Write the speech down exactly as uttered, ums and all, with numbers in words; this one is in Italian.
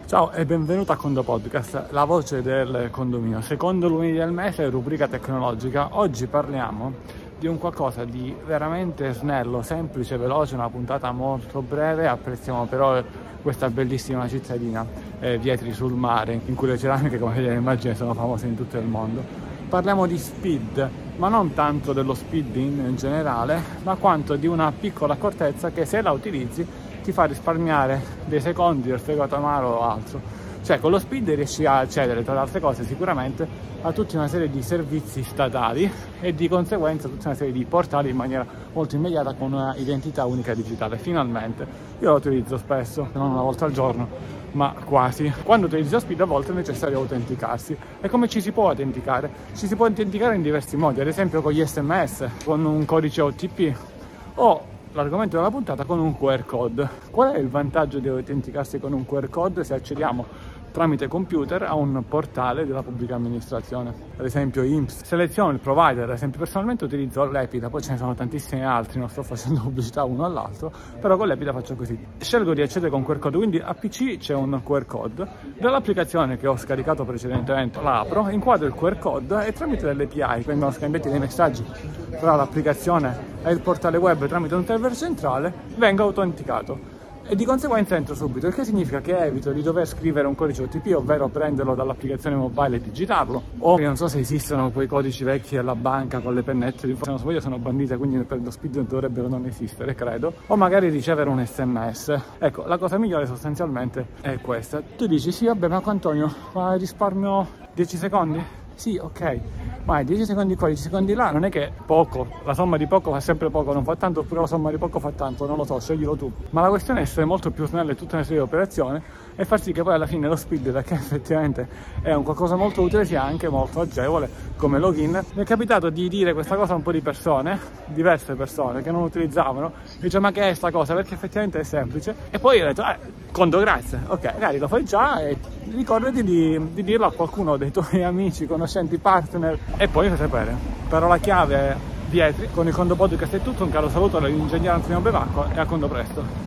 Ciao e benvenuto a Condo Podcast, la voce del condominio. Secondo lunedì del mese, rubrica tecnologica. Oggi parliamo di un qualcosa di veramente snello, semplice, veloce, una puntata molto breve. Apprezziamo però questa bellissima cittadina, eh, Vietri sul mare, in cui le ceramiche, come vedete immagino, sono famose in tutto il mondo. Parliamo di speed, ma non tanto dello speed in generale, ma quanto di una piccola accortezza che, se la utilizzi, ti fa risparmiare dei secondi del fegato amaro o altro. Cioè, con lo speed riesci a accedere, tra le altre cose, sicuramente a tutta una serie di servizi statali e di conseguenza tutta una serie di portali in maniera molto immediata, con una identità unica digitale. Finalmente io lo utilizzo spesso, non una volta al giorno, ma quasi. Quando utilizzi lo speed a volte è necessario autenticarsi. E come ci si può autenticare? Ci si può autenticare in diversi modi, ad esempio con gli S M S, con un codice O T P o, l'argomento della puntata, con un Q R code. Qual è il vantaggio di autenticarsi con un Q R code se accediamo tramite computer a un portale della pubblica amministrazione? Ad esempio I N P S, seleziono il provider. Ad esempio, personalmente utilizzo l'Epida, poi ce ne sono tantissimi altri, non sto facendo pubblicità uno all'altro, però con l'Epida faccio così: scelgo di accedere con Q R code, quindi a P C c'è un Q R code, dall'applicazione che ho scaricato precedentemente la apro, inquadro il Q R code e tramite delle A P I vengono scambiati dei messaggi tra l'applicazione e il portale web tramite un server centrale, vengo autenticato e di conseguenza entro subito, il che significa che evito di dover scrivere un codice O T P, ovvero prenderlo dall'applicazione mobile e digitarlo, o io non so se esistono quei codici vecchi della banca con le pennette, se non sbaglio sono bandite, quindi per lo speed dovrebbero non esistere, credo, o magari ricevere un S M S. Ecco, la cosa migliore sostanzialmente è questa. Tu dici: sì, vabbè, ma Antonio, ma risparmio dieci secondi? Sì, ok, ma dieci secondi qua, dieci secondi là, non è che poco, la somma di poco fa sempre poco, non fa tanto, oppure la somma di poco fa tanto, non lo so, sceglilo tu. Ma la questione è essere molto più snelli in tutta una serie di operazioni e far sì che poi alla fine lo speed, perché effettivamente è un qualcosa molto utile, sia anche molto agevole come login. Mi è capitato di dire questa cosa a un po' di persone, diverse persone che non utilizzavano, dice: ma che è sta cosa? Perché effettivamente è semplice. E poi ho detto: eh, Condo, grazie, ok, magari lo fai già e ricordati di, di dirlo a qualcuno dei tuoi amici, conoscenti, partner, e poi fai sapere. Parola chiave Vietri. Con il Condo Podcast è tutto, un caro saluto dall'ingegnere Antonio Bevacqua e a Condo presto.